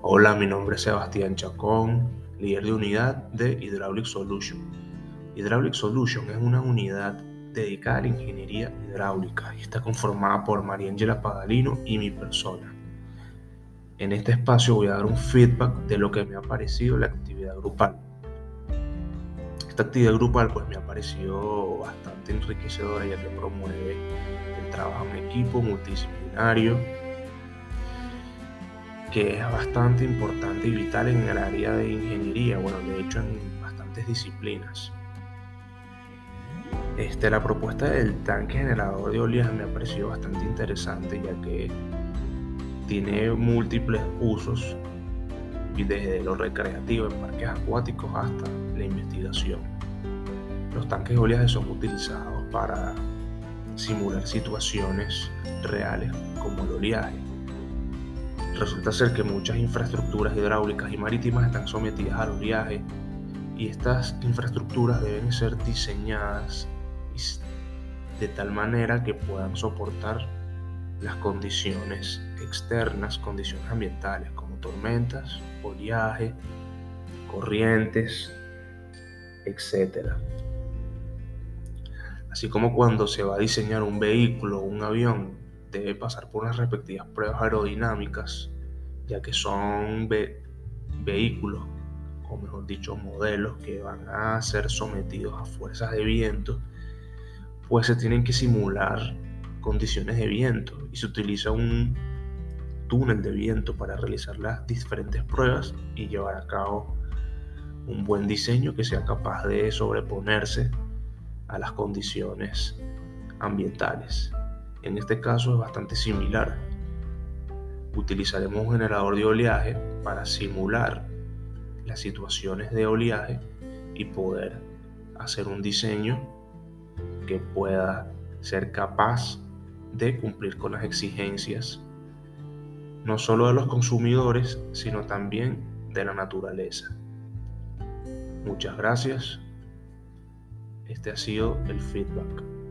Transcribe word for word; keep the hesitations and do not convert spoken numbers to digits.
Hola, mi nombre es Sebastián Chacón, líder de unidad de Hydraulic Solution. Hydraulic Solution es una unidad dedicada a la ingeniería hidráulica y está conformada por Mariangela Pagalino y mi persona. En este espacio voy a dar un feedback de lo que me ha parecido la actividad grupal. Esta actividad grupal pues me ha parecido bastante enriquecedora, ya que promueve el trabajo en equipo multidisciplinario, que es bastante importante y vital en el área de ingeniería, bueno, de hecho en bastantes disciplinas. Este, la propuesta del tanque generador de oleaje me ha parecido bastante interesante, ya que tiene múltiples usos, desde lo recreativo en parques acuáticos hasta la investigación. Los tanques de oleaje son utilizados para simular situaciones reales como el oleaje. Resulta ser que muchas infraestructuras hidráulicas y marítimas están sometidas al oleaje, y estas infraestructuras deben ser diseñadas de tal manera que puedan soportar las condiciones externas, condiciones ambientales como tormentas, oleaje, corrientes, etcétera. Así como cuando se va a diseñar un vehículo o un avión, debe pasar por unas respectivas pruebas aerodinámicas, ya que son ve- vehículos, o mejor dicho, modelos que van a ser sometidos a fuerzas de viento, pues se tienen que simular condiciones de viento y se utiliza un túnel de viento para realizar las diferentes pruebas y llevar a cabo un buen diseño que sea capaz de sobreponerse a las condiciones ambientales. En este caso es bastante similar. Utilizaremos un generador de oleaje para simular las situaciones de oleaje y poder hacer un diseño que pueda ser capaz de cumplir con las exigencias no solo de los consumidores, sino también de la naturaleza. Muchas gracias. Este ha sido el feedback.